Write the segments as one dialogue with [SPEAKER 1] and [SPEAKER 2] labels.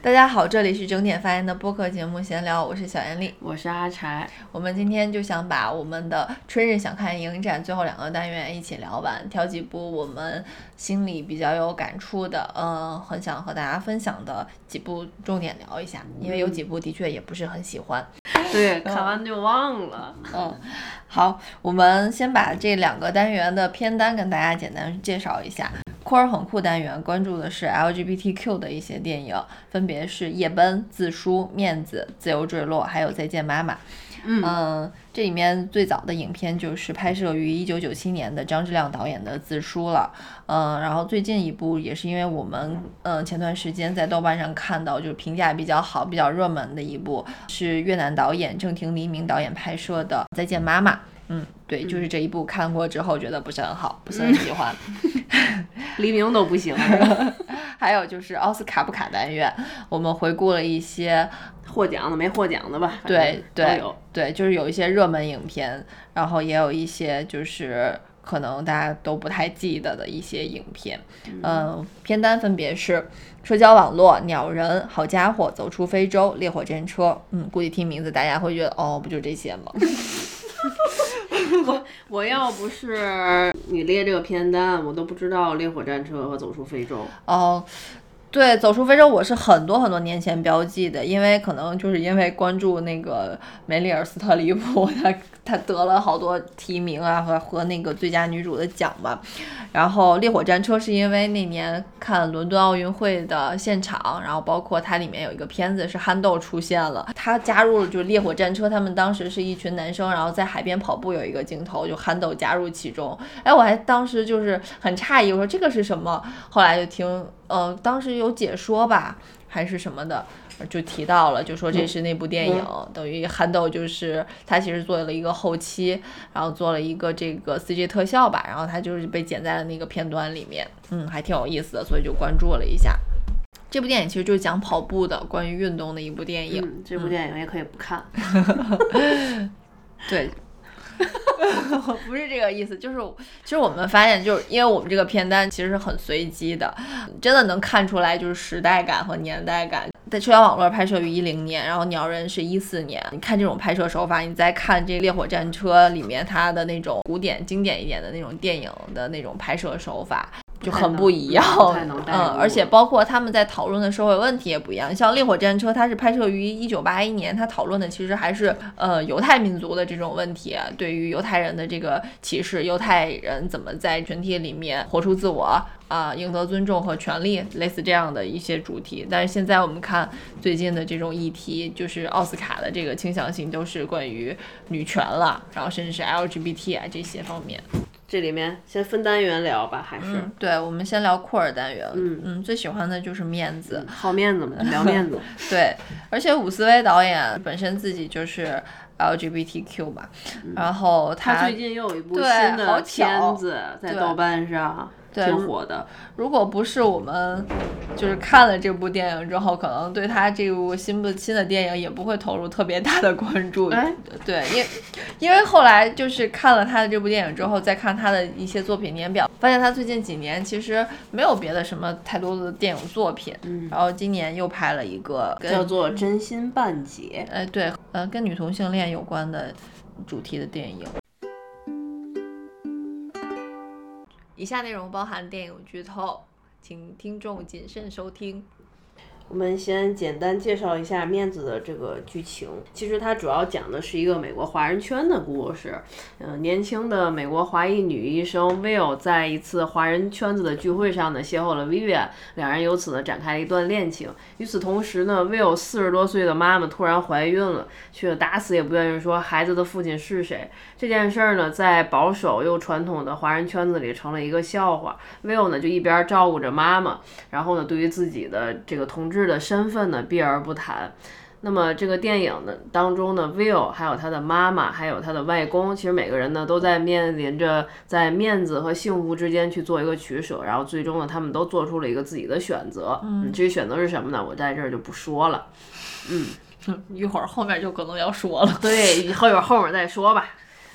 [SPEAKER 1] 大家好，这里是整点发言的播客节目闲聊，我是小严丽，
[SPEAKER 2] 我是阿柴。
[SPEAKER 1] 我们今天就想把我们的春日想看影展最后2个单元一起聊完，挑几部我们心里比较有感触的，很想和大家分享的几部重点聊一下，因为有几部的确也不是很喜欢。
[SPEAKER 2] 对，看完就忘了。
[SPEAKER 1] 好，我们先把这2个单元的片单跟大家简单介绍一下。酷儿很酷单元关注的是 LGBTQ 的一些电影，分别是夜奔、自书、面子、自由坠落还有再见妈妈。这里面最早的影片就是拍摄于1997年的张之亮导演的自书了。然后最近一部也是因为我们前段时间在豆瓣上看到就是评价比较好比较热门的一部，是越南导演郑庭黎明导演拍摄的再见妈妈。对，就是这一部看过之后觉得不是很好，不是很喜欢。
[SPEAKER 2] 黎明都不行。
[SPEAKER 1] 还有就是奥斯卡不卡单元，我们回顾了一些
[SPEAKER 2] 获奖的没获奖的吧。
[SPEAKER 1] 对，就是有一些热门影片，然后也有一些就是可能大家都不太记得的一些影片。片单分别是社交网络、鸟人、好家伙、走出非洲、烈火战车。估计听名字大家会觉得不就这些吗？
[SPEAKER 2] 我要不是你列这个片单，我都不知道烈火战车和走出非洲。
[SPEAKER 1] 对，走出非洲我是很多年前标记的，因为可能就是因为关注那个梅丽尔·斯特里普，她得了好多提名啊和那个最佳女主的奖嘛。然后烈火战车是因为那年看伦敦奥运会的现场，然后包括它里面有一个片子是憨豆出现了，他加入了就是烈火战车，他们当时是一群男生，然后在海边跑步，有一个镜头就憨豆加入其中。我还当时就是很诧异，我说这个是什么，后来就听当时有解说吧还是什么的，就提到了，就说这是那部电影，等于憨豆就是他其实做了一个后期，然后做了一个这个 CG 特效吧，然后他就是被剪在了那个片段里面，还挺有意思的，所以就关注了一下。这部电影其实就是讲跑步的，关于运动的一部电影。
[SPEAKER 2] 这部电影也可以不看。
[SPEAKER 1] 对。不是这个意思，就是其实我们发现，就是因为我们这个片单其实是很随机的，真的能看出来就是时代感和年代感。在社交网络拍摄于2010年，然后鸟人是14年。你看这种拍摄手法，你再看这烈火战车里面它的那种古典经典一点的那种电影的那种拍摄手法就很不一样。而且包括他们在讨论的社会问题也不一样。像烈火战车它是拍摄于1981年，它讨论的其实还是犹太民族的这种问题，对于犹太人的这个歧视，犹太人怎么在群体里面活出自我赢得尊重和权利，类似这样的一些主题。但是现在我们看最近的这种议题，就是奥斯卡的这个倾向性都是关于女权了，然后甚至是 LGBT 这些方面。
[SPEAKER 2] 这里面先分单元聊吧，还是
[SPEAKER 1] 对，我们先聊酷儿单元。最喜欢的就是面子，
[SPEAKER 2] 好面子嘛，聊面子。
[SPEAKER 1] 对，而且伍思薇导演本身自己就是 LGBTQ 吧，然后他
[SPEAKER 2] 最近又有一部新的片子在豆瓣上挺火的。
[SPEAKER 1] 如果不是我们就是看了这部电影之后，可能对他这部新的电影也不会投入特别大的关注。对，因为后来就是看了他的这部电影之后，再看他的一些作品年表，发现他最近几年其实没有别的什么太多的电影作品。然后今年又拍了一个
[SPEAKER 2] 叫做《真心半解》。
[SPEAKER 1] 对，跟女同性恋有关的主题的电影。以下内容包含电影剧透，请听众谨慎收听。
[SPEAKER 2] 我们先简单介绍一下面子的这个剧情。其实它主要讲的是一个美国华人圈的故事。年轻的美国华裔女医生 Will 在一次华人圈子的聚会上呢，邂逅了 Vivian， 两人由此呢展开了一段恋情。与此同时呢 ，Will 40多岁的妈妈突然怀孕了，却打死也不愿意说孩子的父亲是谁。这件事儿呢，在保守又传统的华人圈子里成了一个笑话。Will 呢就一边照顾着妈妈，然后呢对于自己的这个同志的身份呢避而不谈。那么这个电影呢当中呢 Will 还有他的妈妈还有他的外公，其实每个人呢都在面临着在面子和幸福之间去做一个取舍，然后最终呢他们都做出了一个自己的选择。至于选择是什么呢，我在这儿就不说了。
[SPEAKER 1] 一会儿后面就可能要说了。
[SPEAKER 2] 对，后面再说吧。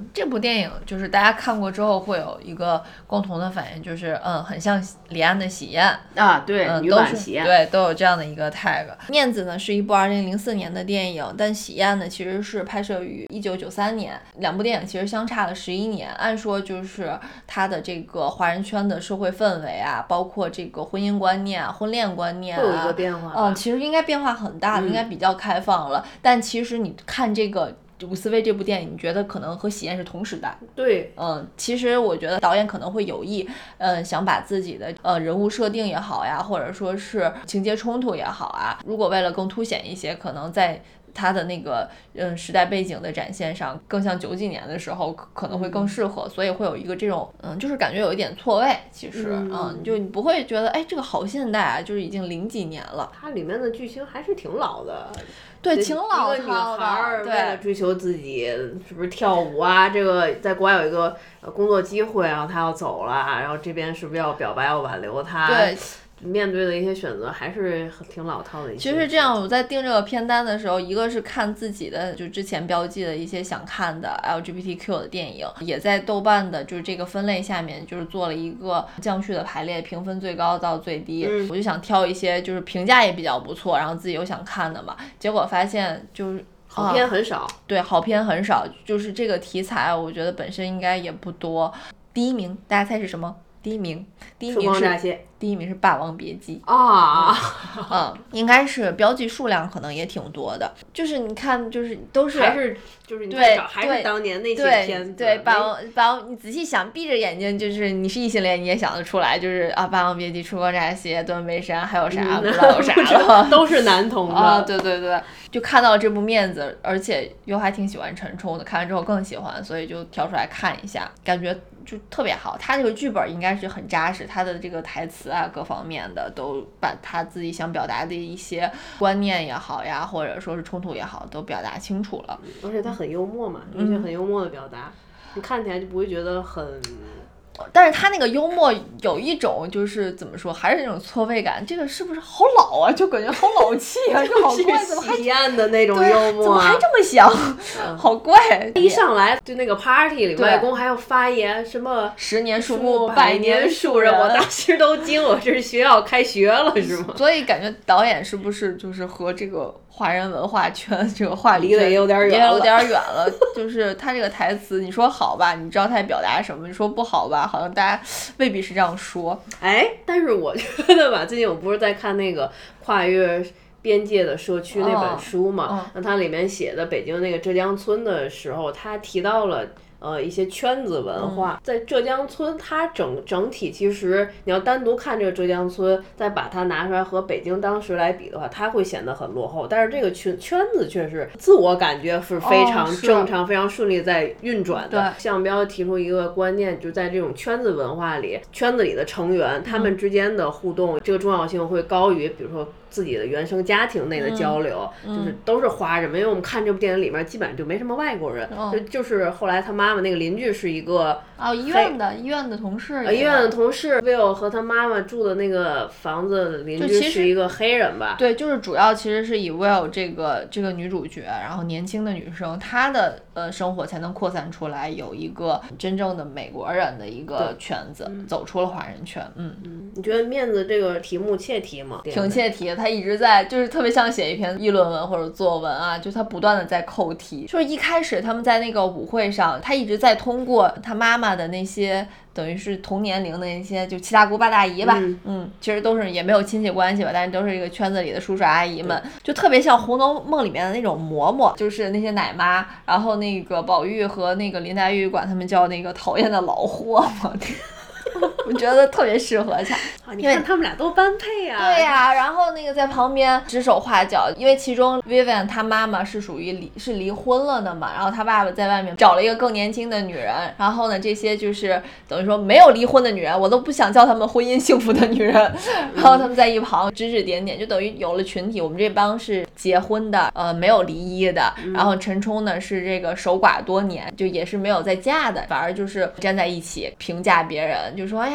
[SPEAKER 1] 这部电影就是大家看过之后会有一个共同的反应，就是很像李安的《喜宴》
[SPEAKER 2] 啊，对，女版《喜宴》，
[SPEAKER 1] 对，都有这样的一个 tag。面子呢是一部2004年的电影，但《喜宴》呢其实是拍摄于1993年，两部电影其实相差了11年。按说就是它的这个华人圈的社会氛围啊，包括这个婚姻观念啊、婚恋观念啊，
[SPEAKER 2] 会有一个变化。
[SPEAKER 1] 其实应该变化很大的，应该比较开放了。但其实你看这个伍思薇这部电影，你觉得可能和《喜宴》是同时代？
[SPEAKER 2] 对，
[SPEAKER 1] 其实我觉得导演可能会有意，想把自己的人物设定也好呀，或者说是情节冲突也好啊，如果为了更凸显一些，可能在他的那个时代背景的展现上，更像90几年的时候可能会更适合，所以会有一个这种就是感觉有一点错位，其实就你不会觉得这个好现代啊，就是已经00几年了。
[SPEAKER 2] 它里面的剧情还是挺老的。
[SPEAKER 1] 对，挺老套的。
[SPEAKER 2] 一个女孩为了追求自己，是不是跳舞啊？这个在国外有一个工作机会，然后她要走了，然后这边是不是要表白要挽留她？
[SPEAKER 1] 对。
[SPEAKER 2] 面对的一些选择还是挺老套的一些。
[SPEAKER 1] 其实这样，我在定这个片单的时候，一个是看自己的就之前标记的一些想看的 LGBTQ 的电影，也在豆瓣的就是这个分类下面就是做了一个降序的排列，评分最高到最低。我就想挑一些就是评价也比较不错，然后自己又想看的嘛，结果发现就是
[SPEAKER 2] 好片很少。
[SPEAKER 1] 对，好片很少，就是这个题材我觉得本身应该也不多。第一名大家猜是什么？第一名是《霸王别姬》啊，应该是标记数量可能也挺多的。就是你看，就是都是
[SPEAKER 2] 就是你在找还是当年那些片子。
[SPEAKER 1] 对，霸王，你仔细想，闭着眼睛，就是你是异性恋你也想得出来，就是《霸王别姬》、《春光乍泄》、《断背山》，还有啥不知道有啥了，
[SPEAKER 2] 都是男同的
[SPEAKER 1] 啊。对对对，就看到这部面子，而且又还挺喜欢陈冲的，看完之后更喜欢，所以就挑出来看一下，感觉就特别好。他这个剧本应该是很扎实，他的这个台词啊各方面的都把他自己想表达的一些观念也好呀，或者说是冲突也好，都表达清楚了。
[SPEAKER 2] 而且他很幽默嘛，一些很幽默的表达，你看起来就不会觉得很。
[SPEAKER 1] 但是他那个幽默有一种就是怎么说，还是那种错位感，这个是不是好老啊？就感觉好老气啊，就好怪，怎么还
[SPEAKER 2] 西岸的那种幽默，
[SPEAKER 1] 怎么还这么想？好怪！
[SPEAKER 2] 一上来就那个 party 里，外公还要发言什么
[SPEAKER 1] 10年树木，
[SPEAKER 2] 百年树人，我当时都惊，我这是学校开学了是吗？
[SPEAKER 1] 所以感觉导演是不是就是和这个华人文化圈这个话
[SPEAKER 2] 离得也有点远
[SPEAKER 1] 了，就是他这个台词，你说好吧，你知道他在表达什么；你说不好吧，好像大家未必是这样说。
[SPEAKER 2] 但是我觉得吧，最近我不是在看那个跨越边界的社区那本书嘛，那它里面写的北京那个浙江村的时候，他提到了。一些圈子文化，在浙江村，它整体其实你要单独看这个浙江村，再把它拿出来和北京当时来比的话，它会显得很落后。但是这个圈子却是自我感觉是非常正常、非常顺利在运转的。项标提出一个观念，就在这种圈子文化里，圈子里的成员他们之间的互动，这个重要性会高于比如说自己的原生家庭内的交流，就是都是华人嘛。因为我们看这部电影里面基本上就没什么外国人，就是后来他妈妈那个邻居是一个
[SPEAKER 1] 医院的同事，
[SPEAKER 2] 医院的同事 Will 和他妈妈住的那个房子邻居是一个黑人吧？
[SPEAKER 1] 对，就是主要其实是以 Will 这个女主角，然后年轻的女生，她的生活才能扩散出来，有一个真正的美国人的一个圈子，走出了华人圈。
[SPEAKER 2] 你觉得面子这个题目切题吗？
[SPEAKER 1] 挺切题的。他一直在就是特别像写一篇议论文或者作文啊，就他不断的在扣题。就是一开始他们在那个舞会上，他一直在通过他妈妈的那些等于是同年龄的那些就七大姑八大姨吧，其实都是也没有亲戚关系吧，但是都是一个圈子里的叔叔阿姨们，就特别像《红楼梦》里面的那种嬷嬷，就是那些奶妈。然后那个宝玉和那个林黛玉管他们叫那个讨厌的老货嘛。我觉得特别适合他，
[SPEAKER 2] 你看他们俩多般配啊！
[SPEAKER 1] 对呀，然后那个在旁边指手画脚，因为其中 Vivian 他妈妈是属于离婚了的嘛，然后他爸爸在外面找了一个更年轻的女人，然后呢，这些就是等于说没有离婚的女人，我都不想叫他们婚姻幸福的女人，然后他们在一旁指指点点，就等于有了群体。我们这帮是结婚的，没有离异的，然后陈冲呢是这个守寡多年，就也是没有再嫁的，反而就是站在一起评价别人。就说哎呀，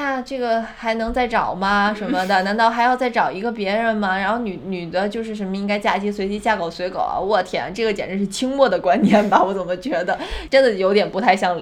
[SPEAKER 1] 那这个还能再找吗什么的，难道还要再找一个别人吗？然后女的就是什么应该嫁鸡随鸡嫁狗随狗啊，我天，这个简直是清末的观念吧，我怎么觉得真的有点不太像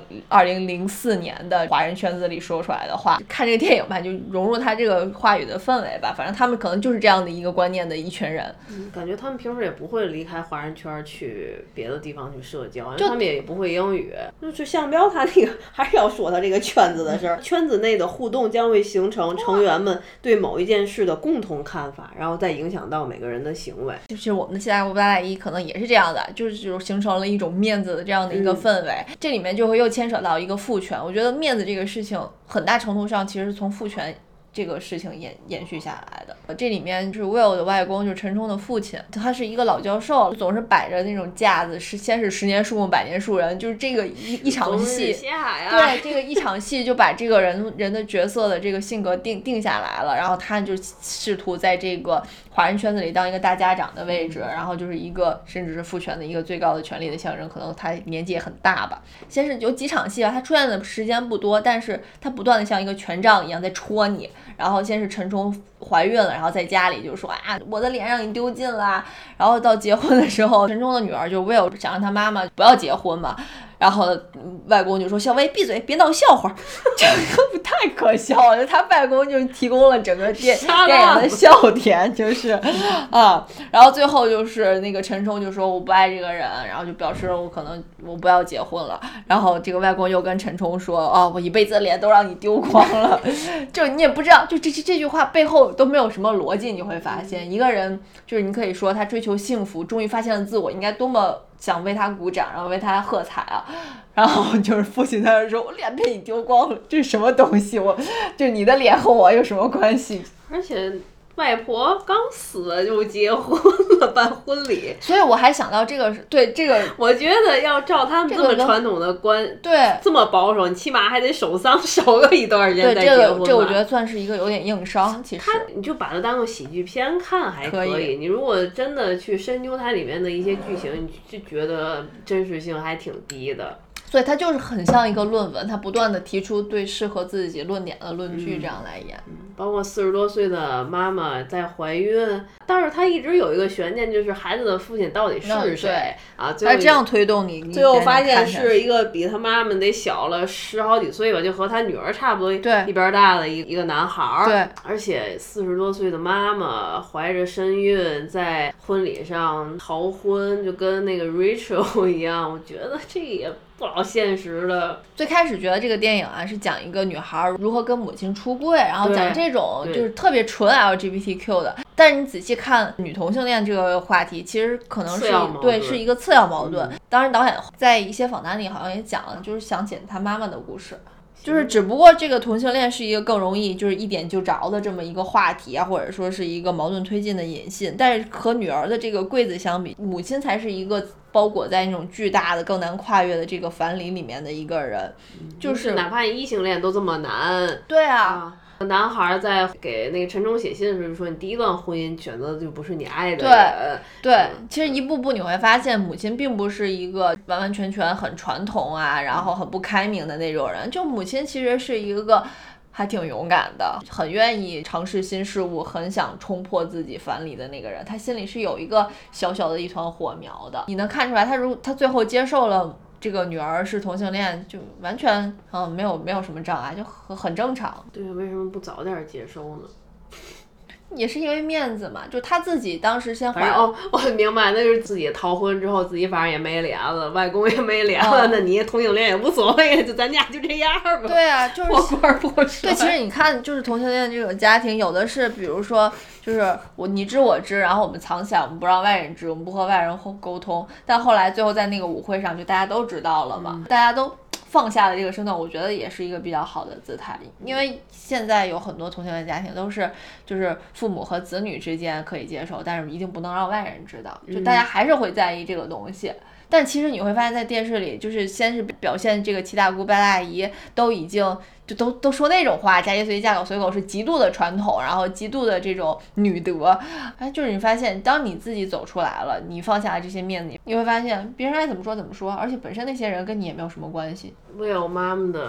[SPEAKER 1] 2004年的华人圈子里说出来的话。看这个电影吧，就融入他这个话语的氛围吧，反正他们可能就是这样的一个观念的一群人。
[SPEAKER 2] 感觉他们平时也不会离开华人圈去别的地方去社交，因为他们也不会英语。就向彪他那个还是要说他这个圈子的事儿，圈子内的互动将会形成成员们对某一件事的共同看法，然后再影响到每个人的行为。
[SPEAKER 1] 就是我们的七大姑八大姨可能也是这样的，就是形成了一种面子的这样的一个氛围。这里面就会又牵扯到一个父权，我觉得面子这个事情很大程度上其实是从父权这个事情延续下来的。这里面就是 Will 的外公，就是陈冲的父亲，他是一个老教授，总是摆着那种架子，先是10年树木百年树人，就是这个一场戏，对，这个一场戏就把这个人的角色的这个性格定下来了，然后他就试图在这个华人圈子里当一个大家长的位置，然后就是一个甚至是父权的一个最高的权力的象征，可能他年纪也很大吧。先是有几场戏啊，他出现的时间不多，但是他不断的像一个权杖一样在戳你。然后先是陈冲怀孕了，然后在家里就说啊，我的脸让你丢尽了。然后到结婚的时候，陈冲的女儿就 Will 想让他妈妈不要结婚嘛，然后外公就说小薇闭嘴，别闹笑话，这个太可笑了。他外公就提供了整个电影的笑点，就是啊，然后最后就是那个陈冲就说我不爱这个人，然后就表示我不要结婚了。然后这个外公又跟陈冲说哦，我一辈子的脸都让你丢光了。就你也不知道，就这句话背后都没有什么逻辑。你会发现一个人就是你可以说他追求幸福，终于发现了自我，应该多么想为他鼓掌，然后为他喝彩啊。然后就是父亲在那说我脸被你丢光了，这是什么东西，就你的脸和我有什么关系。
[SPEAKER 2] 而且外婆刚死就结婚了，办婚礼，
[SPEAKER 1] 所以我还想到这个，对这个，
[SPEAKER 2] 我觉得要照他们这么传统的观，
[SPEAKER 1] 对，
[SPEAKER 2] 这么保守，你起码还得守丧守个一段时间再结婚吧。
[SPEAKER 1] 这我觉得算是一个有点硬伤。其实
[SPEAKER 2] 你就把它当做喜剧片看还可以，你如果真的去深究它里面的一些剧情，你就觉得真实性还挺低的。
[SPEAKER 1] 所以它就是很像一个论文，它不断的提出对适合自己论点的论据，这样来演。
[SPEAKER 2] 包括40多岁的妈妈在怀孕，但是她一直有一个悬念，就是孩子的父亲到底是谁啊？最后
[SPEAKER 1] 这样推动你，
[SPEAKER 2] 最后发现是一个比他妈妈得小了10好几岁吧，就和他女儿差不多一边大的一个男孩。
[SPEAKER 1] 对，
[SPEAKER 2] 而且40多岁的妈妈怀着身孕在婚礼上逃婚，就跟那个 Rachel 一样，我觉得这也不老现实的。
[SPEAKER 1] 最开始觉得这个电影啊是讲一个女孩如何跟母亲出柜，然后讲这种就是特别纯 LGBTQ 的，但是你仔细看女同性恋这个话题，其实可能是一个次要矛盾。当然导演在一些访谈里好像也讲了，就是想起他妈妈的故事。就是只不过这个同性恋是一个更容易就是一点就着的这么一个话题啊，或者说是一个矛盾推进的引信，但是和女儿的这个柜子相比，母亲才是一个包裹在那种巨大的更难跨越的这个樊篱里面的一个人，就是
[SPEAKER 2] 哪怕异性恋都这么难。
[SPEAKER 1] 对啊。
[SPEAKER 2] 男孩在给那个陈冲写信的时候说，你第一段婚姻选择的就不是你爱的人。
[SPEAKER 1] 对，其实一步步你会发现，母亲并不是一个完完全全很传统啊，然后很不开明的那种人。就母亲其实是一个还挺勇敢的，很愿意尝试新事物，很想冲破自己樊篱的那个人。他心里是有一个小小的一团火苗的，你能看出来，他最后接受了这个女儿是同性恋，就完全没有什么障碍，就很正常。
[SPEAKER 2] 对，为什么不早点接受呢？
[SPEAKER 1] 也是因为面子嘛，就他自己当时先怀
[SPEAKER 2] 我很明白，那就是自己逃婚之后，自己反正也没脸了，外公也没脸了，那你同性恋也无所谓，就咱家就这样吧。
[SPEAKER 1] 对啊，就是
[SPEAKER 2] 破罐破摔。
[SPEAKER 1] 对，其实你看，就是同性恋这种家庭，有的是，比如说，就是你知我知，然后我们藏起来，我们不让外人知，我们不和外人沟通，但后来最后在那个舞会上，就大家都知道了嘛，大家都放下了这个身段，我觉得也是一个比较好的姿态。因为现在有很多同性恋家庭都是就是父母和子女之间可以接受，但是一定不能让外人知道，就大家还是会在意这个东西。但其实你会发现在电视里，就是先是表现这个七大姑八大姨都已经就都说那种话，嫁鸡随鸡嫁狗随狗是极度的传统，然后极度的这种女德。就是你发现当你自己走出来了，你放下了这些面子，你会发现别人爱怎么说怎么说，而且本身那些人跟你也没有什么关系。
[SPEAKER 2] Will妈妈的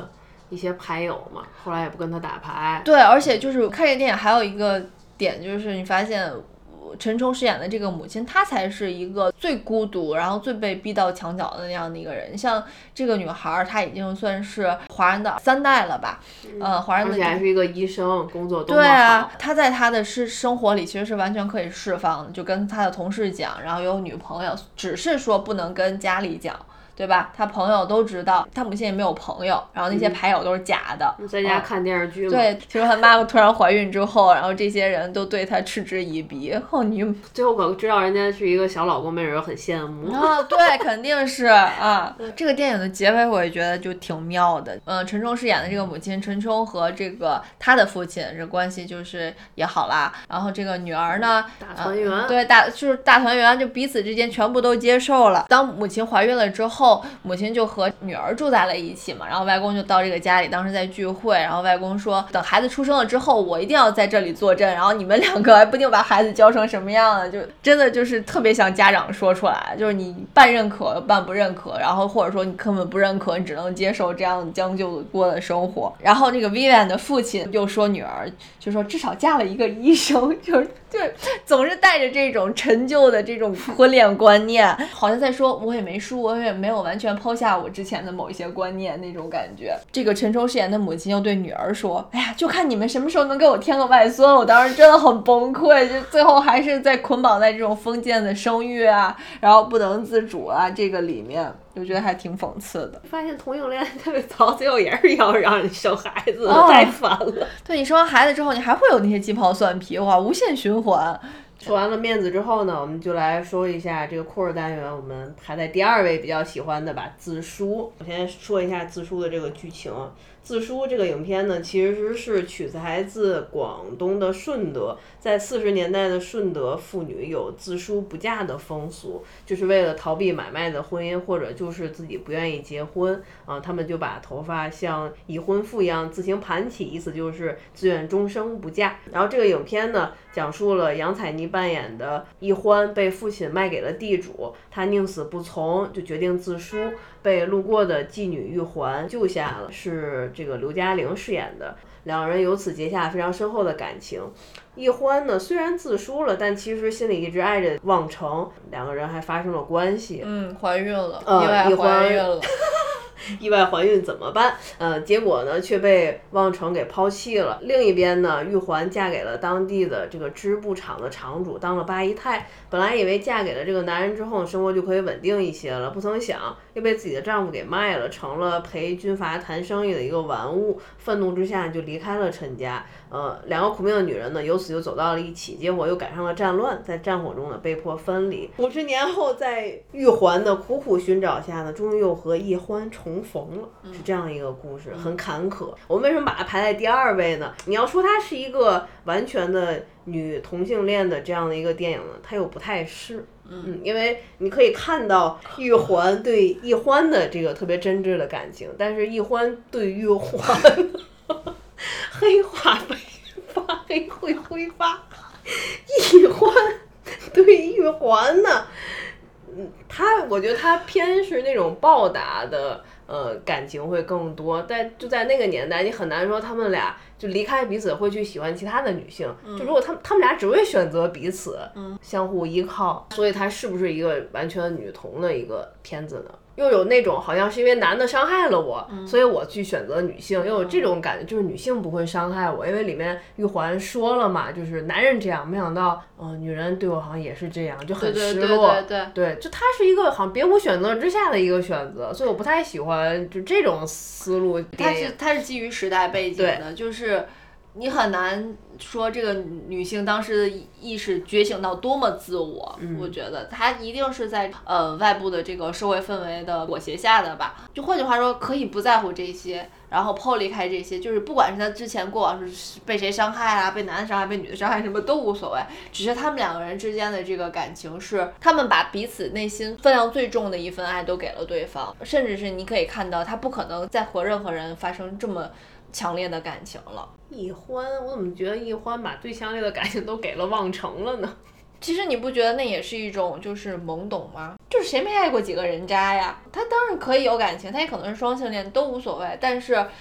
[SPEAKER 2] 一些牌友嘛，后来也不跟他打牌。
[SPEAKER 1] 对，而且就是看这个电影还有一个点，就是你发现陈冲饰演的这个母亲，她才是一个最孤独，然后最被逼到墙角的那样的一个人。像这个女孩，她已经算是华人的3代了吧？华人的，
[SPEAKER 2] 而且还是一个医生，工作多么好。
[SPEAKER 1] 对啊，她在她的生活里其实是完全可以释放的，就跟她的同事讲，然后有女朋友，只是说不能跟家里讲。对吧？他朋友都知道，他母亲也没有朋友，然后那些牌友都是假的。
[SPEAKER 2] 在家看电视剧嘛。
[SPEAKER 1] 对，听说他妈妈突然怀孕之后，然后这些人都对他嗤之以鼻。你
[SPEAKER 2] 最后可知道人家是一个小老公，没人很羡慕。
[SPEAKER 1] 对，肯定是啊。这个电影的结尾我也觉得就挺妙的。陈冲饰演的这个母亲，陈冲和这个他的父亲这关系就是也好啦。然后这个女儿呢，
[SPEAKER 2] 大团圆。
[SPEAKER 1] 对，就是大团圆，就彼此之间全部都接受了。当母亲怀孕了之后，母亲就和女儿住在了一起嘛，然后外公就到这个家里，当时在聚会，然后外公说等孩子出生了之后，我一定要在这里坐镇，然后你们2个还不定把孩子教成什么样的，就真的就是特别像家长说出来，就是你半认可半不认可，然后或者说你根本不认可，你只能接受这样将就过的生活。然后这个 Vivian 的父亲又说女儿就说至少嫁了一个医生，就是总是带着这种陈旧的这种婚恋观念，好像在说我也没输，我也没有完全抛下我之前的某一些观念那种感觉。这个陈冲饰演的母亲又对女儿说，哎呀，就看你们什么时候能给我添个外孙。我当时真的很崩溃，就最后还是在捆绑在这种封建的生育啊，然后不能自主啊这个里面，我觉得还挺讽刺的。
[SPEAKER 2] 发现同性恋特别早，最后也是要让你生孩子，太烦了。
[SPEAKER 1] 对，你生完孩子之后，你还会有那些鸡毛蒜皮，哇，无限循环。
[SPEAKER 2] 说完了面子之后呢，我们就来说一下这个库尔单元我们排在第2位比较喜欢的吧，自书。我先说一下自书的这个剧情。自书这个影片呢，其实是取材自广东的顺德，在40年代的顺德，妇女有自书不嫁的风俗，就是为了逃避买卖的婚姻，或者就是自己不愿意结婚啊，他们就把头发像已婚妇一样自行盘起，意思就是自愿终生不嫁。然后这个影片呢，讲述了杨采妮扮演的易欢被父亲卖给了地主，他宁死不从，就决定自书，被路过的妓女玉环救下了，是这个刘嘉玲饰演的。两人由此结下非常深厚的感情。易欢呢，虽然自书了，但其实心里一直爱着望城，两个人还发生了关系。
[SPEAKER 1] 怀孕了，意外怀孕了。
[SPEAKER 2] 意外怀孕怎么办？结果呢却被望城给抛弃了。另一边呢，玉环嫁给了当地的这个织布厂的厂主，当了八姨太。本来以为嫁给了这个男人之后，生活就可以稳定一些了，不曾想又被自己的丈夫给卖了，成了陪军阀谈生意的一个玩物。愤怒之下就离开了陈家。两个苦命的女人呢，由此就走到了一起，结果又赶上了战乱，在战火中呢被迫分离。50年后，在玉环的苦苦寻找下呢，终于又和易欢重逢了，是这样一个故事，很坎坷。我们为什么把它排在第2位呢？你要说它是一个完全的女同性恋的这样的一个电影呢，它又不太是。因为你可以看到玉环对易欢的这个特别真挚的感情，但是易欢对玉环黑化白发，黑会挥发。易欢对玉环呢，我觉得他偏是那种报答的感情会更多，但就在那个年代，你很难说他们俩就离开彼此会去喜欢其他的女性。就如果他们俩只会选择彼此，相互依靠，所以它是不是一个完全女同的一个片子呢？又有那种好像是因为男的伤害了我，所以我去选择女性，又有这种感觉，就是女性不会伤害我，因为里面玉环说了嘛，就是男人这样，没想到女人对我好像也是这样，就很失落。对，就它是一个好像别无选择之下的一个选择，所以我不太喜欢就这种思路。
[SPEAKER 1] 它是基于时代背景的，就是你很难说这个女性当时的意识觉醒到多么自我，我觉得她一定是在外部的这个社会氛围的裹挟下的吧。就换句话说，可以不在乎这些，然后抛离开这些，就是不管是她之前过往是被谁伤害啊，被男的伤害，被女的伤害，什么都无所谓，只是他们两个人之间的这个感情是他们把彼此内心分量最重的一份爱都给了对方，甚至是你可以看到他不可能再和任何人发生这么强烈的感情了。
[SPEAKER 2] 易欢，我怎么觉得易欢把最强烈的感情都给了望城了呢？
[SPEAKER 1] 其实你不觉得那也是一种就是懵懂吗？就是谁没爱过几个人渣呀？他当然可以有感情，他也可能是双性恋，都无所谓。但是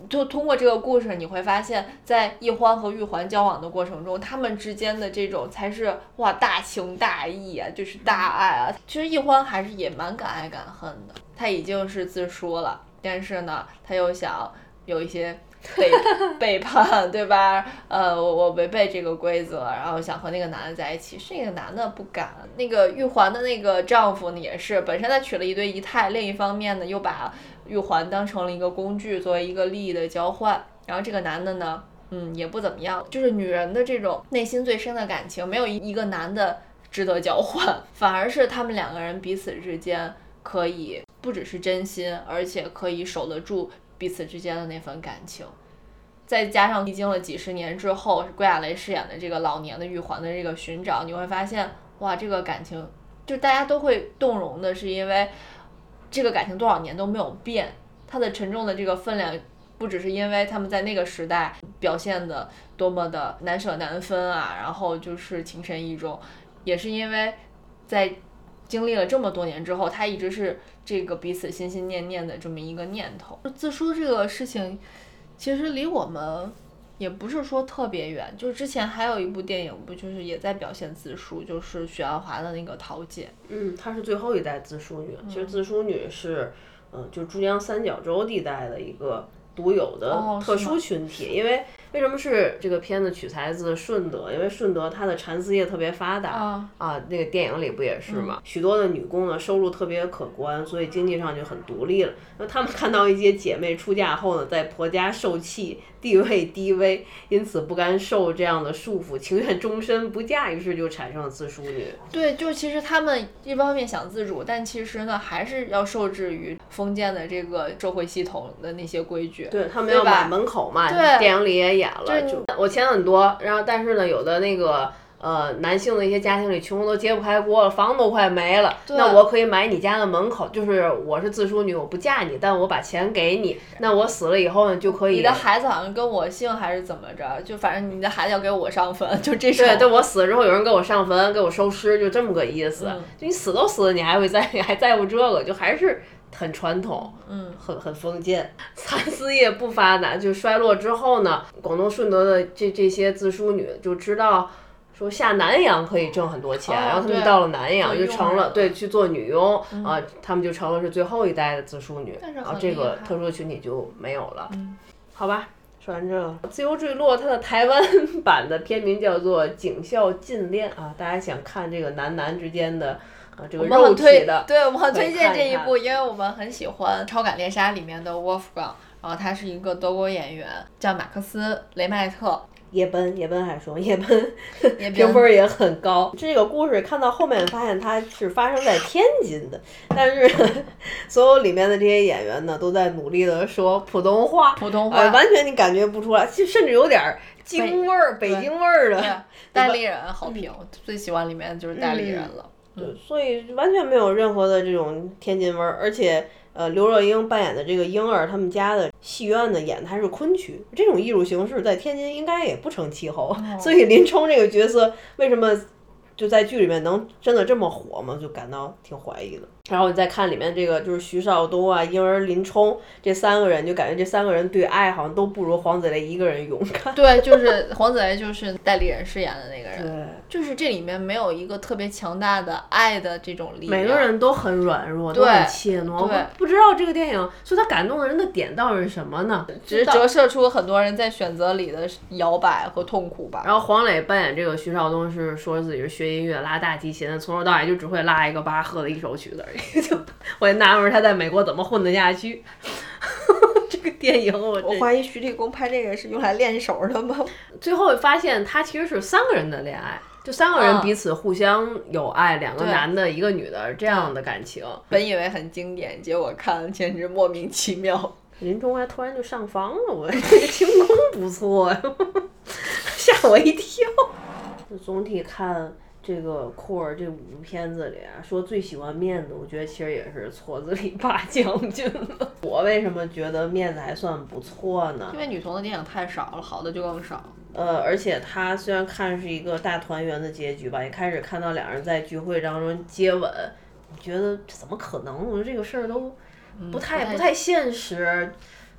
[SPEAKER 1] 就通过这个故事，你会发现在易欢和玉环交往的过程中，他们之间的这种才是哇大情大义啊，就是大爱啊。其实易欢还是也蛮敢爱敢恨的，他已经是自梳了，但是呢，他又想有一些背叛，对吧？我违背这个规则，然后想和那个男的在一起，是那个男的不敢。那个玉环的那个丈夫呢，也是本身他娶了一对姨太，另一方面呢，又把玉环当成了一个工具，作为一个利益的交换。然后这个男的呢，也不怎么样，就是女人的这种内心最深的感情，没有一个男的值得交换，反而是他们两个人彼此之间可以不只是真心，而且可以守得住彼此之间的那份感情。再加上历经了几十年之后，归亚蕾饰演的这个老年的玉环的这个寻找，你会发现，哇，这个感情就大家都会动容的，是因为这个感情多少年都没有变，它的沉重的这个分量，不只是因为他们在那个时代表现的多么的难舍难分啊，然后就是情深意重，也是因为在经历了这么多年之后，他一直是这个彼此心心念念的这么一个念头。自梳这个事情其实离我们也不是说特别远，就是之前还有一部电影不就是也在表现自梳，就是许鞍华的那个桃姐。
[SPEAKER 2] 她是最后一代自梳女，其实自梳女是就珠江三角洲地带的一个独有的特殊群体，因为为什么是这个片子取材自顺德？因为顺德它的蚕丝业特别发达那个电影里不也是嘛？许多的女工呢收入特别可观，所以经济上就很独立了。那她们看到一些姐妹出嫁后呢，在婆家受气，地位低微，因此不甘受这样的束缚，情愿终身不嫁，于是就产生了自梳女。
[SPEAKER 1] 对，就其实她们一方面想自主，但其实呢还是要受制于封建的这个社会系统的那些规矩。
[SPEAKER 2] 对，他们要买门口嘛，电影里也演了，就我钱很多，然后但是呢，有的那个男性的一些家庭里穷都揭不开锅了，房都快没了，那我可以买你家的门口，就是我是自梳女，我不嫁你，但我把钱给你，那我死了以后呢就可以。
[SPEAKER 1] 你的孩子好像跟我姓还是怎么着？就反正你的孩子要给我上坟，就这种。
[SPEAKER 2] 对，我死了之后有人给我上坟，给我收尸，就这么个意思。就你死都死了，你还在乎这个，就还是。很传统，很封建，蚕丝业不发达，就衰落之后呢，广东顺德的这些自梳女就知道说下南洋可以挣很多钱，然后他们到了南洋就成了去做女佣他们就成了是最后一代的自梳女，然后这个特殊群体就没有了。好吧，说完这个《自由坠落》，它的台湾版的片名叫做《警校禁恋》啊，大家想看这个男之间的。这个肉体的，
[SPEAKER 1] 对，我们很推荐这一部，因为我们很喜欢《超感猎杀》里面的 Wolfgang， 然后他是一个德国演员，叫马克思·雷麦特。
[SPEAKER 2] 叶奔还说叶奔评分也很高。这个故事看到后面发现它是发生在天津的，但是所有里面的这些演员呢都在努力的说普通话，完全你感觉不出来，就甚至有点京味儿、北京味儿的。
[SPEAKER 1] 戴立人好评，最喜欢里面就是戴立人了。
[SPEAKER 2] 对，所以完全没有任何的这种天津味儿，而且刘若英扮演的这个婴儿，他们家的戏院呢演的还是昆曲，这种艺术形式在天津应该也不成气候，所以林冲这个角色为什么就在剧里面能真的这么火嘛，就感到挺怀疑的。然后你再看里面这个就是徐少东啊、婴儿林冲这三个人，就感觉这三个人对爱好像都不如黄子雷一个人勇敢。
[SPEAKER 1] 对，就是黄子雷就是戴立人饰演的那个人，
[SPEAKER 2] 对，
[SPEAKER 1] 就是这里面没有一个特别强大的爱的这种力量，
[SPEAKER 2] 每个人都很软弱，都很怯懦。我不知道这个电影所以他感动的人的点到底是什么呢？
[SPEAKER 1] 只是折射出很多人在选择里的摇摆和痛苦吧。
[SPEAKER 2] 然后黄磊扮演这个徐少东是说自己是学音乐拉大提琴，从头到尾就只会拉一个巴赫的一首曲子而已。就我也纳闷他在美国怎么混得下去。这个电影我
[SPEAKER 1] 怀疑徐立功拍这个是用来练手的吗？
[SPEAKER 2] 最后发现他其实是三个人的恋爱，就三个人彼此互相有爱，两个男的一个女的这样的感情。
[SPEAKER 1] 本以为很经典，结果看了简直莫名其妙。
[SPEAKER 2] 林冲还突然就上房了，我这个轻功不错呀，吓我一跳。总体看这个库尔这5部片子里说最喜欢面子，我觉得其实也是矬子里拔将军了。我为什么觉得面子还算不错呢？
[SPEAKER 1] 因为女同的电影太少了，好的就更少。
[SPEAKER 2] 而且它虽然看是一个大团圆的结局吧，一开始看到两人在聚会当中接吻，你觉得这怎么可能？我觉得这个事儿都不太现实。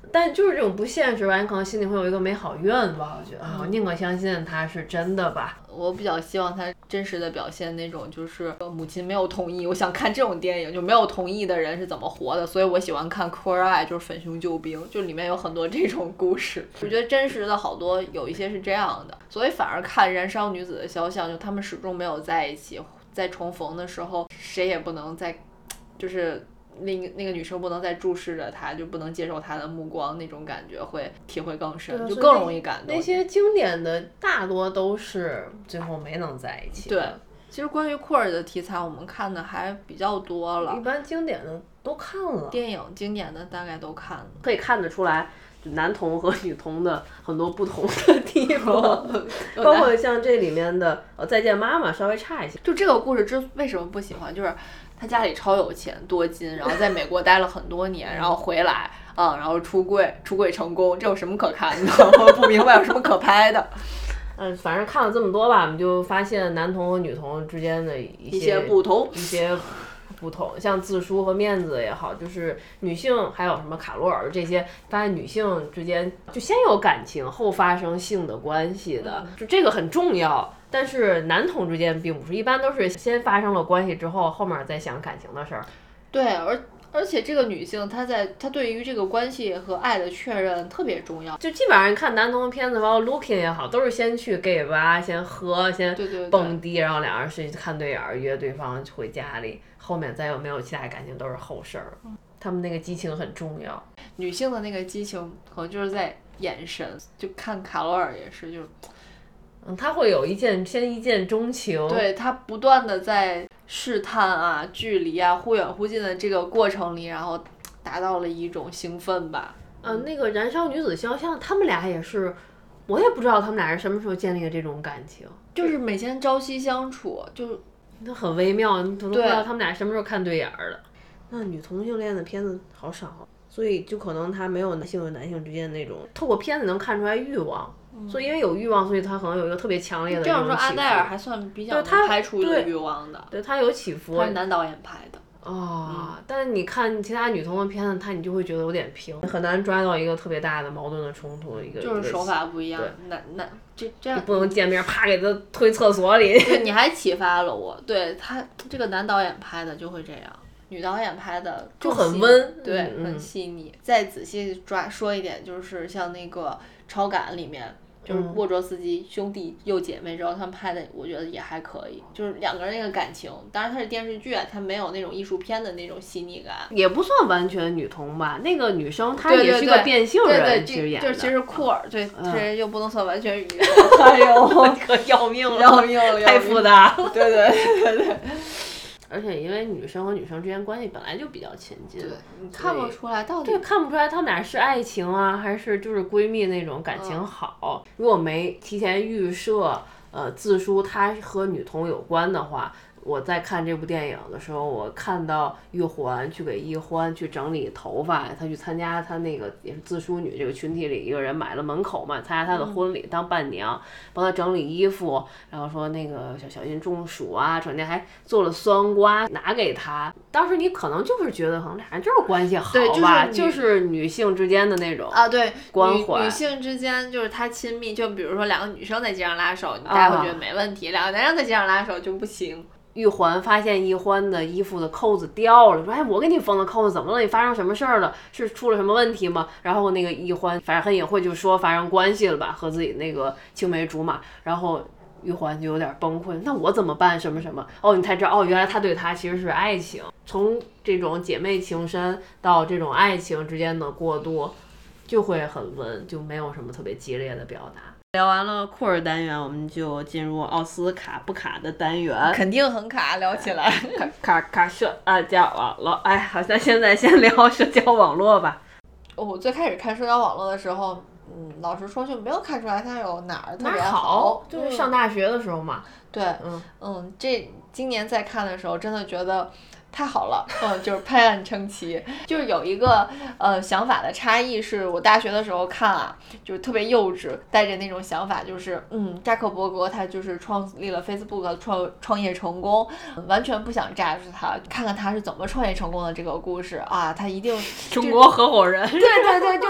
[SPEAKER 2] 但就是这种不现实吧，你可能心里会有一个美好愿望，我觉得我宁可相信它是真的吧。
[SPEAKER 1] 我比较希望他真实的表现那种，就是母亲没有同意，我想看这种电影，就没有同意的人是怎么活的，所以我喜欢看《酷儿爱》，就是《粉胸救兵》，就里面有很多这种故事。我觉得真实的好多有一些是这样的，所以反而看《燃烧女子的肖像》，就他们始终没有在一起，在重逢的时候，谁也不能再，就是那个女生不能再注视着他，就不能接受他的目光，那种感觉会体会更深，就更容易感动。
[SPEAKER 2] 那些经典的大多都是最后没能在一起。
[SPEAKER 1] 对，其实关于库尔的题材我们看的还比较多了，
[SPEAKER 2] 一般经典的都看了，
[SPEAKER 1] 电影经典的大概都看了，
[SPEAKER 2] 可以看得出来男同和女同的很多不同的地方，包括像这里面的再见妈妈稍微差一些。
[SPEAKER 1] 就这个故事为什么不喜欢，就是他家里超有钱多金，然后在美国待了很多年，然后回来然后出柜成功，这有什么可看的？我不明白有什么可拍的。
[SPEAKER 2] 反正看了这么多吧，我们就发现男同和女同之间的一些
[SPEAKER 1] 不同，
[SPEAKER 2] 像自梳和面子也好，就是女性还有什么卡罗尔这些，发现女性之间就先有感情后发生性的关系的，就这个很重要。但是男同之间并不是，一般都是先发生了关系之后，后面再想感情的事儿。
[SPEAKER 1] 对，而且这个女性她对于这个关系和爱的确认特别重要，
[SPEAKER 2] 就基本上看男同的片子，包括 Looking 也好，都是先去 gay 吧，先喝，先蹦迪，然后两人是看对眼约对方回家里，后面再有没有其他感情都是后事儿。他们那个激情很重要，
[SPEAKER 1] 女性的那个激情可能就是在眼神，就看卡罗尔也是，就是
[SPEAKER 2] 他会有一见钟情，
[SPEAKER 1] 对，他不断的在试探啊、距离啊、忽远忽近的这个过程里，然后达到了一种兴奋吧。
[SPEAKER 2] 那个燃烧女子肖像，他们俩也是，我也不知道他们俩是什么时候建立的这种感情，
[SPEAKER 1] 就是每天朝夕相处，就
[SPEAKER 2] 那很微妙，你都不知道他们俩什么时候看对眼儿的。那女同性恋的片子好少，所以就可能他没有男性和男性之间那种透过片子能看出来欲望。所以因为有欲望，所以他可能有一个特别强烈的
[SPEAKER 1] 这样说，阿黛尔还算比较能拍出一个欲望的。
[SPEAKER 2] 对，他有起伏。
[SPEAKER 1] 他是男导演拍的。
[SPEAKER 2] 但是你看其他女同的片子，你就会觉得有点平，很难抓到一个特别大的矛盾的冲突。
[SPEAKER 1] 就是手法不一样。这样
[SPEAKER 2] 不能见面，啪给他推厕所里。
[SPEAKER 1] 对，你还启发了我。对他这个男导演拍的就会这样。女导演拍的
[SPEAKER 2] 就很温，
[SPEAKER 1] 对，很细腻。再仔细说一点，就是像那个《超感》里面，就是沃卓斯基兄弟又姐妹之后，他们拍的我觉得也还可以，就是两个人那个感情。当然它是电视剧啊，它没有那种艺术片的那种细腻感，
[SPEAKER 2] 也不算完全女同吧。那个女生她也是个变性人，
[SPEAKER 1] 其实
[SPEAKER 2] 演的，
[SPEAKER 1] 其实库尔，对，这人又不能算完全女同，哎呦，
[SPEAKER 2] 可要命了，
[SPEAKER 1] 太
[SPEAKER 2] 复杂了，
[SPEAKER 1] 对。
[SPEAKER 2] 而且因为女生和女生之间关系本来就比较亲近，
[SPEAKER 1] 对，你看不出来到底，
[SPEAKER 2] 对，看不出来他们俩是爱情啊，还是就是闺蜜那种感情好。如果没提前预设，自梳他和女同有关的话，我在看这部电影的时候，我看到玉环去给一欢去整理头发，他去参加他那个也是自梳女这个群体里一个人买了门口嘛，参加他的婚礼当伴娘，帮他整理衣服，然后说那个小心中暑啊，整天还做了酸瓜拿给他。当时你可能就是觉得可能俩人就是关系好吧，就是女性之间的那种
[SPEAKER 1] 对
[SPEAKER 2] 关怀，
[SPEAKER 1] 女性之间就是他亲密，就比如说两个女生在街上拉手，大家会觉得没问题，两个男生在街上拉手就不行。
[SPEAKER 2] 玉环发现一欢的衣服的扣子掉了，说：“哎，我给你缝的扣子怎么了？你发生什么事儿了？是出了什么问题吗？”然后那个一欢反正很隐晦就说发生关系了吧，和自己那个青梅竹马。然后玉环就有点崩溃，那我怎么办？什么什么？你才知道原来他对他其实是爱情，从这种姐妹情深到这种爱情之间的过渡，就会很温，就没有什么特别激烈的表达。聊完了库尔单元，我们就进入奥斯卡不卡的单元。
[SPEAKER 1] 肯定很卡，聊起来
[SPEAKER 2] 卡社交网络。哎，好像现在先聊社交网络吧。
[SPEAKER 1] 我最开始看社交网络的时候，老实说就没有看出来它有哪儿特别
[SPEAKER 2] 好，就是上大学的时候嘛。
[SPEAKER 1] 对，这今年再看的时候，真的觉得太好了，就是拍案称奇。就是有一个想法的差异，是我大学的时候看啊，就是特别幼稚，带着那种想法，就是扎克伯格他就是创立了 Facebook 创业成功，完全不想榨取他，看看他是怎么创业成功的这个故事啊，他一定
[SPEAKER 2] 中国合伙人，
[SPEAKER 1] 对，就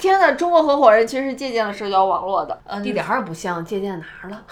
[SPEAKER 1] 天呐，中国合伙人其实是借鉴了社交网络的，
[SPEAKER 2] 一点儿不像，借鉴哪儿了？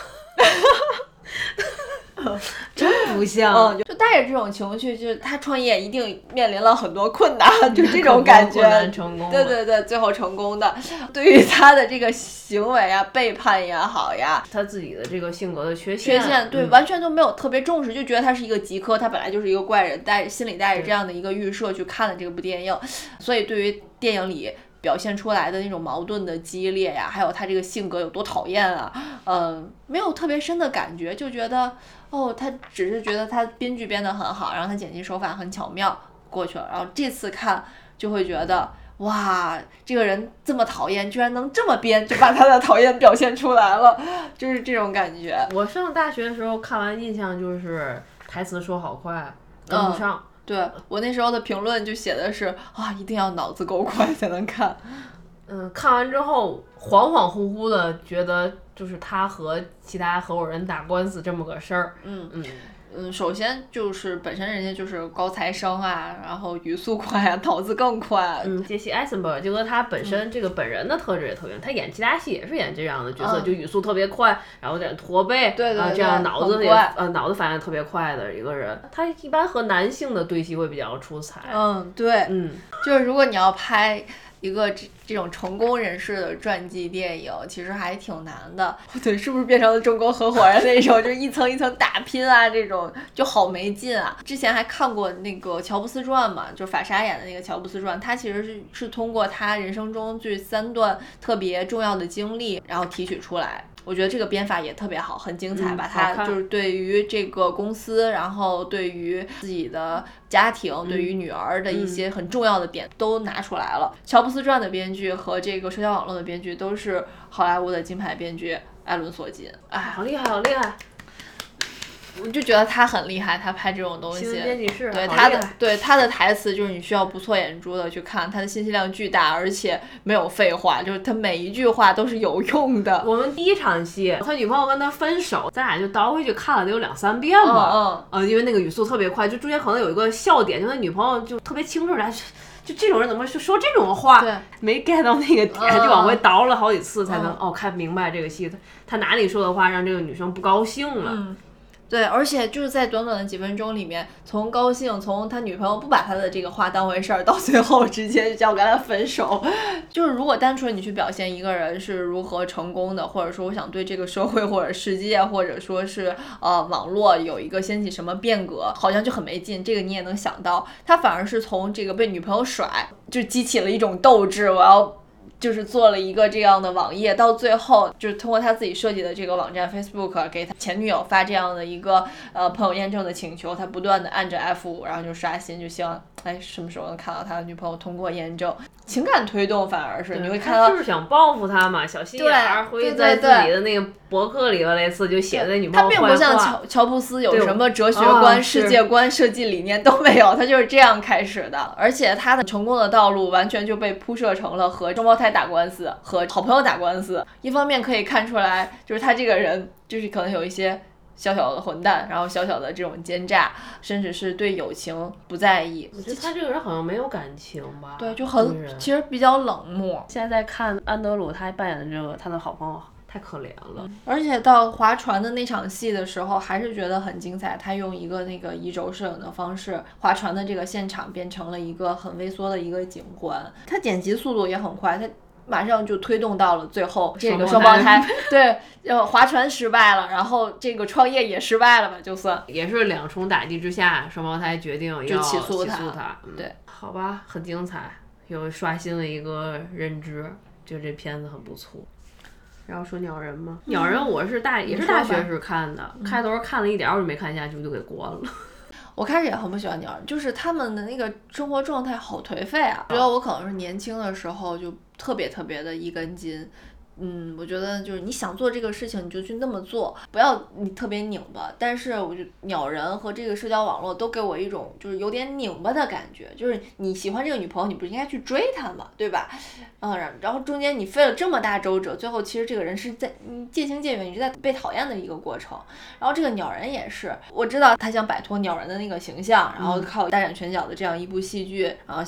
[SPEAKER 2] 真不像，
[SPEAKER 1] 就带着这种情绪，就是他创业一定面临了很多困难，就这种感觉。
[SPEAKER 2] 成功，
[SPEAKER 1] 对对对，最后成功的。对于他的这个行为啊，背叛也好呀，
[SPEAKER 2] 他自己的这个性格的缺陷，
[SPEAKER 1] 对，完全都没有特别重视，就觉得他是一个极客，他本来就是一个怪人，心里带着这样的一个预设去看了这部电影，所以对于电影里表现出来的那种矛盾的激烈呀，还有他这个性格有多讨厌啊，没有特别深的感觉，就觉得他只是觉得他编剧编得很好，然后他剪辑手法很巧妙过去了，然后这次看就会觉得哇，这个人这么讨厌，居然能这么编，就把他的讨厌表现出来了，就是这种感觉。
[SPEAKER 2] 我上大学的时候看完印象就是台词说好快，跟不上。
[SPEAKER 1] 对，我那时候的评论就写的是一定要脑子够快才能看。
[SPEAKER 2] 看完之后恍恍惚惚的觉得就是他和其他合伙人打官司这么个事儿。
[SPEAKER 1] 首先就是本身人家就是高材生啊，然后语速快啊，脑子更快。
[SPEAKER 2] 杰西·艾森伯就和他本身这个本人的特质也特别，他演其他戏也是演这样的角色，就语速特别快，然后有点驼背，
[SPEAKER 1] 对，
[SPEAKER 2] 这样脑子反应特别快的一个人。他一般和男性的对戏会比较出彩。
[SPEAKER 1] 对，就是如果你要拍一个这种成功人士的传记电影，其实还挺难的。对，是不是变成了中国合伙人那种，就是一层一层打拼啊，这种就好没劲啊。之前还看过那个乔布斯传嘛，就是法莎演的那个乔布斯传，他其实是通过他人生中这3段特别重要的经历，然后提取出来。我觉得这个编法也特别好，很精彩，把它就是对于这个公司，然后对于自己的家庭，对于女儿的一些很重要的点都拿出来了。乔布斯传的编剧和这个社交网络的编剧都是好莱坞的金牌编剧艾伦·索金。
[SPEAKER 2] 好厉害，好厉害！
[SPEAKER 1] 我就觉得他很厉害，他拍这种东西，
[SPEAKER 2] 新闻编辑室，
[SPEAKER 1] 对他的台词就是你需要不错眼珠的去看，他的信息量巨大，而且没有废话，就是他每一句话都是有用的。
[SPEAKER 2] 我们第一场戏，他女朋友跟他分手，咱俩就倒回去看了得有2-3遍吧。因为那个语速特别快，就中间可能有一个笑点，就他女朋友就特别清楚来。就这种人怎么说这种话？
[SPEAKER 1] 对，
[SPEAKER 2] 没 get 到那个点，就往回倒了好几次才能看明白这个戏。他哪里说的话让这个女生不高兴了？
[SPEAKER 1] 对，而且就是在短短的几分钟里面，从高兴，从他女朋友不把他的这个话当回事儿，到最后直接就要跟他分手。就是如果单纯你去表现一个人是如何成功的，或者说我想对这个社会或者世界，或者说是网络有一个掀起什么变革，好像就很没劲。这个你也能想到，他反而是从这个被女朋友甩，就激起了一种斗志，我要。就是做了一个这样的网页，到最后就是通过他自己设计的这个网站 Facebook 给他前女友发这样的一个朋友验证的请求，他不断的按着 F5，然后就刷新，就希望什么时候能看到他的女朋友通过验证。情感推动反而是你会看到，
[SPEAKER 2] 就是想报复他嘛，小心眼儿会在自己的那个博客里边类似就写在女朋友坏话。
[SPEAKER 1] 他并不像乔布斯有什么哲学观、世界观、设计理念都没有，他就是这样开始的。而且他的成功的道路完全就被铺设成了和双胞胎打官司、和好朋友打官司。一方面可以看出来，就是他这个人就是可能有一些小小的混蛋，然后小小的这种奸诈，甚至是对友情不在意。
[SPEAKER 2] 我觉得他这个人好像没有感情吧？
[SPEAKER 1] 对，就其实比较冷漠。
[SPEAKER 2] 现在在看安德鲁他扮演的这个他的好朋友。太可怜了，
[SPEAKER 1] 而且到划船的那场戏的时候，还是觉得很精彩。他用一个那个移轴摄影的方式，划船的这个现场变成了一个很微缩的一个景观。他剪辑速度也很快，他马上就推动到了最后，这个双胞胎对，划船失败了，然后这个创业也失败了吧，就算
[SPEAKER 2] 也是2重打击之下，双胞胎决定要
[SPEAKER 1] 起诉
[SPEAKER 2] 他。
[SPEAKER 1] 对，
[SPEAKER 2] 好吧，很精彩，又刷新了一个认知，就这片子很不错。然后说鸟人吗？鸟人我是也是大学时看的，开头看了一点我就没看下去，就给关了。
[SPEAKER 1] 我开始也很不喜欢鸟人，就是他们的那个生活状态好颓废啊。我觉得我可能是年轻的时候就特别特别的一根筋。我觉得就是你想做这个事情你就去那么做，不要你特别拧巴。但是我觉得鸟人和这个社交网络都给我一种就是有点拧巴的感觉，就是你喜欢这个女朋友，你不是应该去追她吗？对吧？然后中间你费了这么大周折，最后其实这个人是在渐行渐远，你是在被讨厌的一个过程。然后这个鸟人也是，我知道他想摆脱鸟人的那个形象，然后靠大展拳脚的这样一部戏剧，然后想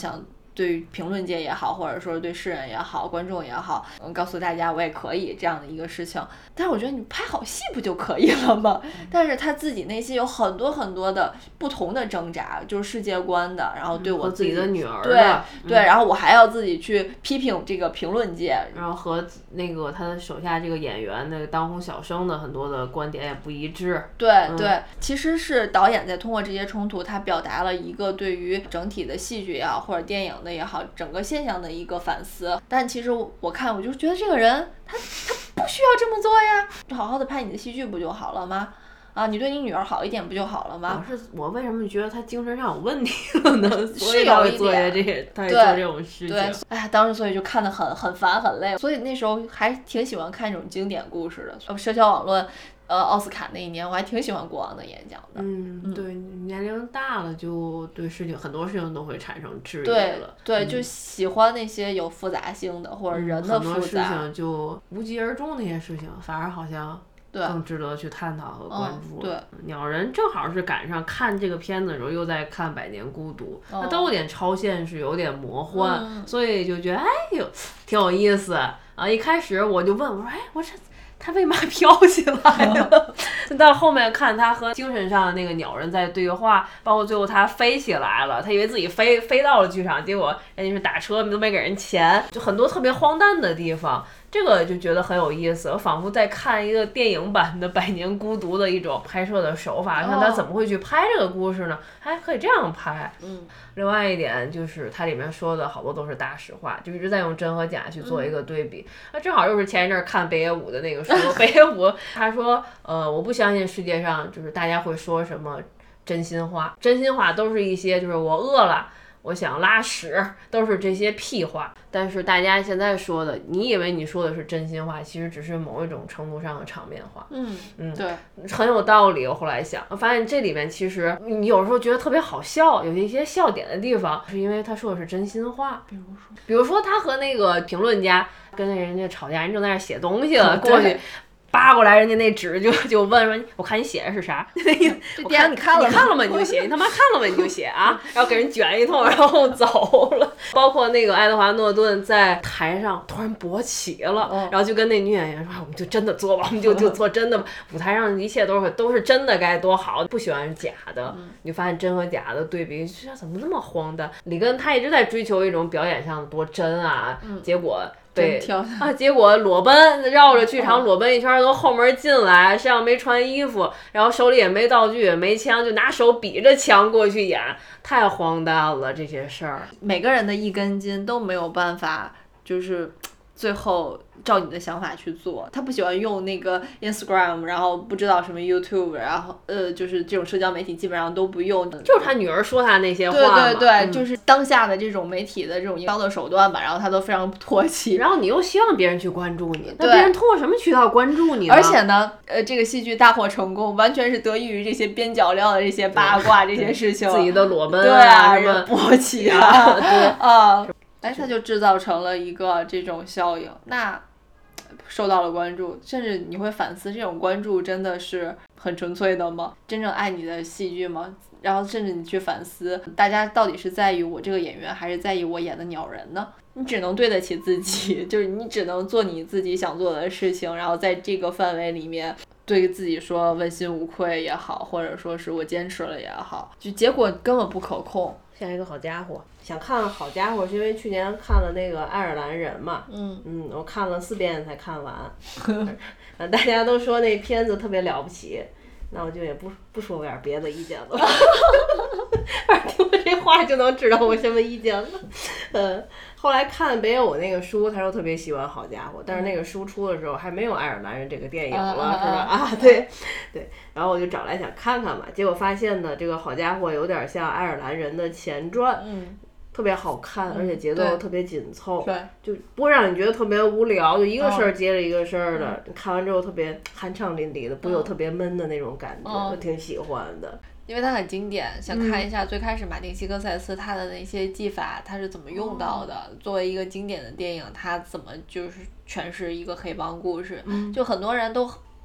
[SPEAKER 1] 对于评论界也好，或者说对世人也好，观众也好，告诉大家我也可以这样的一个事情。但是我觉得你拍好戏不就可以了吗？但是他自己内心有很多很多的不同的挣扎，就是世界观的，然后对我
[SPEAKER 2] 自己的女儿的，
[SPEAKER 1] 对，然后我还要自己去批评这个评论界，
[SPEAKER 2] 然后和那个他的手下这个演员那个当红小生的很多的观点也不一致。
[SPEAKER 1] 对，其实是导演在通过这些冲突，他表达了一个对于整体的戏剧也好，或者电影的也好，整个现象的一个反思。但其实我看我就觉得这个人他不需要这么做呀，好好的拍你的戏剧不就好了吗？啊，你对你女儿好一点不就好了吗？
[SPEAKER 2] 我为什么觉得他精神上有问题了呢？所以
[SPEAKER 1] 他会
[SPEAKER 2] 做他会做这种事情。
[SPEAKER 1] 对，哎呀，当时所以就看得很烦很累，所以那时候还挺喜欢看这种经典故事的。社交网络奥斯卡那一年我还挺喜欢国王的演讲的。
[SPEAKER 2] 对，年龄大了就对很多事情都会产生质疑了。
[SPEAKER 1] 对，就喜欢那些有复杂性的或者人的复杂。
[SPEAKER 2] 很多事情就无疾而终，那些事情反而好像更值得去探讨和关注。
[SPEAKER 1] 对，
[SPEAKER 2] 鸟人正好是赶上看这个片子的时候，又在看《百年孤独》，它都有点超现实，有点魔幻，所以就觉得哎呦挺有意思啊！一开始我就问我说，哎，我说他为嘛飘起来了？到后面看他和精神上的那个鸟人在对话，包括最后他飞起来了，他以为自己飞到了剧场，结果人家是打车都没给人钱，就很多特别荒诞的地方。这个就觉得很有意思，我仿佛在看一个电影版的《百年孤独》的一种拍摄的手法，看他怎么会去拍这个故事呢？还可以这样拍。另外一点就是它里面说的好多都是大实话，就一直在用真和假去做一个对比。那正好又是前一阵看北野武的那个书，北野武他说，我不相信世界上就是大家会说什么真心话，真心话都是一些就是我饿了。我想拉屎，都是这些屁话。但是大家现在说的，你以为你说的是真心话，其实只是某一种程度上的场面话。
[SPEAKER 1] 对，
[SPEAKER 2] 很有道理。我后来想，我发现这里面其实你有时候觉得特别好笑，有一些笑点的地方，是因为他说的是真心话。比如说他和那个评论家跟那人家吵架，人正在那写东西了，过去。扒过来，人家那纸就问说：“我看你写的是啥？”
[SPEAKER 1] 这电影你看
[SPEAKER 2] 了吗？你就写，你他妈看了吗？你就写啊！然后给人卷一通，然后走了。包括那个爱德华诺顿在台上突然勃起了，然后就跟那女演员说：“我们就真的做吧，我们就做真的吧。舞台上一切都是真的，该多好！不喜欢假的。”你就发现真和假的对比，这怎么那么荒诞？里根他一直在追求一种表演上多真啊，结果。对啊，结果裸奔绕着剧场裸奔一圈，从后门进来，身上没穿衣服，然后手里也没道具也没枪，就拿手比着枪过去演，太荒诞了这些事儿。
[SPEAKER 1] 每个人的一根筋都没有办法，就是最后照你的想法去做。他不喜欢用那个 Instagram， 然后不知道什么 YouTube， 然后就是这种社交媒体基本上都不用。
[SPEAKER 2] 就是他女儿说他那些话
[SPEAKER 1] 对，就是当下的这种媒体的这种营销的手段吧，然后他都非常唾弃。
[SPEAKER 2] 然后你又希望别人去关注你，那别人通过什么渠道关注你呢？
[SPEAKER 1] 而且呢，这个戏剧大获成功，完全是得益于这些边角料的这些八卦这些事情，
[SPEAKER 2] 自己的裸奔
[SPEAKER 1] 什么勃起对他就制造成了一个这种效应，那受到了关注，甚至你会反思这种关注真的是很纯粹的吗？真正爱你的戏剧吗？然后甚至你去反思，大家到底是在意我这个演员，还是在意我演的鸟人呢？你只能对得起自己，就是你只能做你自己想做的事情，然后在这个范围里面对自己说问心无愧也好，或者说是我坚持了也好，就结果根本不可控。
[SPEAKER 2] 下一个好家伙，想看好家伙是因为去年看了那个爱尔兰人嘛，我看了4遍才看完大家都说那片子特别了不起，那我就也不说点别的意见了反正听我这话就能知道我什么意见了后来看北野武那个书，他说特别喜欢好家伙，但是那个书出的时候还没有爱尔兰人这个电影了，是吧？对，然后我就找来想看看嘛，结果发现呢，这个好家伙有点像爱尔兰人的前传，特别好看，而且节奏特别紧凑，就不会让你觉得特别无聊，就一个事儿接着一个事儿的，看完之后特别酣畅淋漓的，不会有特别闷的那种感觉，我挺喜欢的。
[SPEAKER 1] 因为它很经典，想看一下最开始马丁·西克塞斯他的那些技法，他是怎么用到的。作为一个经典的电影，他怎么就是诠释一个黑帮故事，就很多人都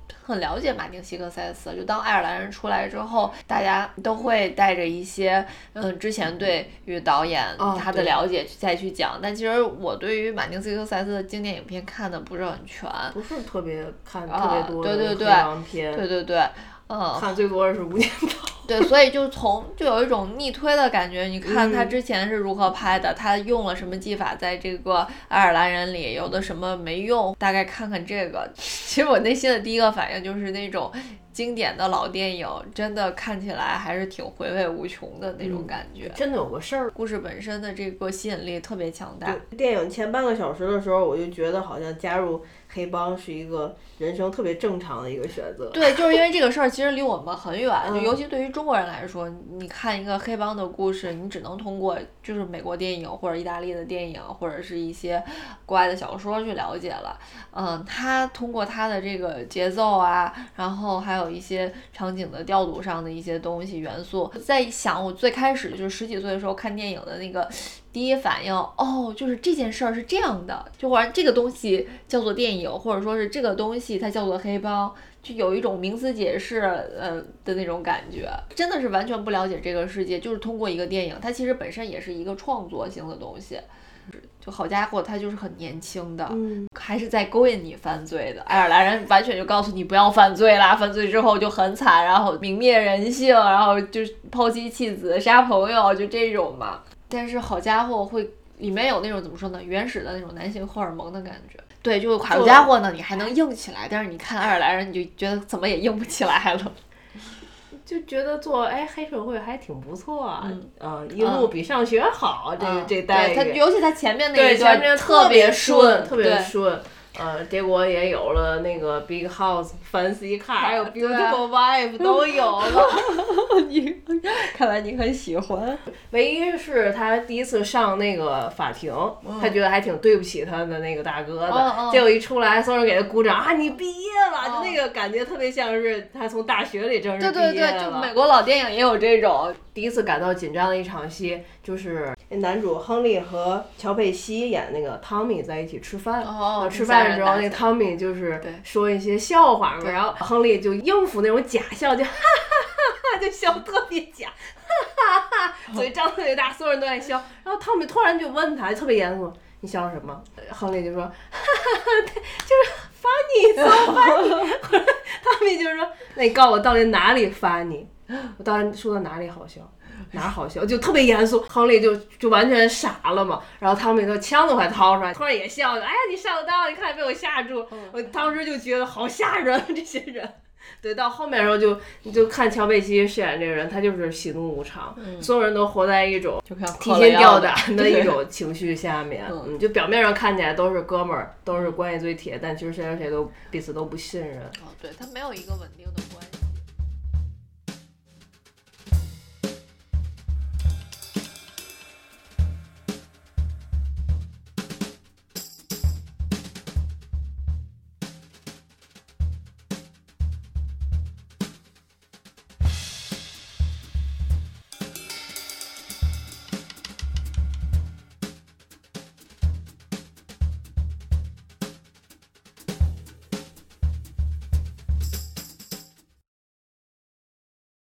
[SPEAKER 1] 很了解马丁·西克塞斯，就当爱尔兰人出来之后，大家都会带着一些之前对于导演他的了解再去讲，但其实我对于马丁·西克塞斯的经典影片看的不是很全，
[SPEAKER 2] 不是特别看特别多的
[SPEAKER 1] 黑
[SPEAKER 2] 帮片，
[SPEAKER 1] 对。
[SPEAKER 2] 看最多的是《无间道》。
[SPEAKER 1] 对，所以就有一种逆推的感觉。你看他之前是如何拍的，他用了什么技法在这个爱尔兰人里，有的什么没用，大概看看这个。其实我内心的第一个反应就是那种经典的老电影，真的看起来还是挺回味无穷的那种感觉。
[SPEAKER 2] 真的有个事儿，
[SPEAKER 1] 故事本身的这个吸引力特别强大。
[SPEAKER 2] 电影前半个小时的时候，我就觉得好像加入黑帮是一个人生特别正常的一个选择。
[SPEAKER 1] 对，就是因为这个事儿其实离我们很远，就尤其对于中国人来说，你看一个黑帮的故事，你只能通过就是美国电影或者意大利的电影或者是一些国外的小说去了解了。他通过他的这个节奏啊，然后还有一些场景的调度上的一些东西元素，在想我最开始就是十几岁的时候看电影的那个第一反应，就是这件事儿是这样的，就或者这个东西叫做电影，或者说是这个东西它叫做黑帮，就有一种名词解释的那种感觉，真的是完全不了解这个世界，就是通过一个电影，它其实本身也是一个创作性的东西。就好家伙，他就是很年轻的，还是在勾引你犯罪的。爱尔兰人完全就告诉你不要犯罪啦，犯罪之后就很惨，然后泯灭人性，然后就是抛妻弃子、杀朋友，就这种嘛。但是好家伙，里面有那种怎么说呢，原始的那种男性荷尔蒙的感觉。对，就好家伙呢，你还能硬起来，但是你看爱尔兰人，你就觉得怎么也硬不起来了。
[SPEAKER 2] 就觉得做黑社会还挺不错啊，一路比上学好，这待遇。
[SPEAKER 1] 对，尤其他前面那一段
[SPEAKER 2] 特
[SPEAKER 1] 别
[SPEAKER 2] 顺，特别顺。结果也有了那个 big house、fancy car， 还有 beautiful wife 都有了。
[SPEAKER 1] 看来你很喜欢。
[SPEAKER 2] 唯一是他第一次上那个法庭，他觉得还挺对不起他的那个大哥的。结果一出来，所有人给他鼓掌啊，你毕业了，就那个感觉特别像是他从大学里正式毕业了。
[SPEAKER 1] 对，就美国老电影也有这种。
[SPEAKER 2] 第一次感到紧张的一场戏，就是男主亨利和乔佩西演那个汤米在一起吃饭。吃饭的时候，那个汤米就是说一些笑话嘛，然后亨利就应付那种假笑，就哈哈哈，就笑特别假，哈哈哈，嘴张特别大，所有人都在笑。然后汤米突然就问他，特别严肃：“你笑什么？”亨利就说：“哈哈哈，就是 funny，so funny。”汤米就说：“那你告诉我到底哪里 funny？” 我当时说的哪里好笑，哪儿好笑，就特别严肃。亨利就完全傻了嘛，然后汤米的枪都快掏出来，突然也笑着，哎呀你上当，你看被我吓住。我当时就觉得好吓人这些人。对，到后面的时候你就看乔贝西饰演这个人，他就是喜怒无常，所有人都活在一种提心吊胆的一种情绪下面。就表面上看起来都是哥们儿，都是关系最铁，但其实谁和谁都彼此都不信任。
[SPEAKER 1] 对，他没有一个稳定的。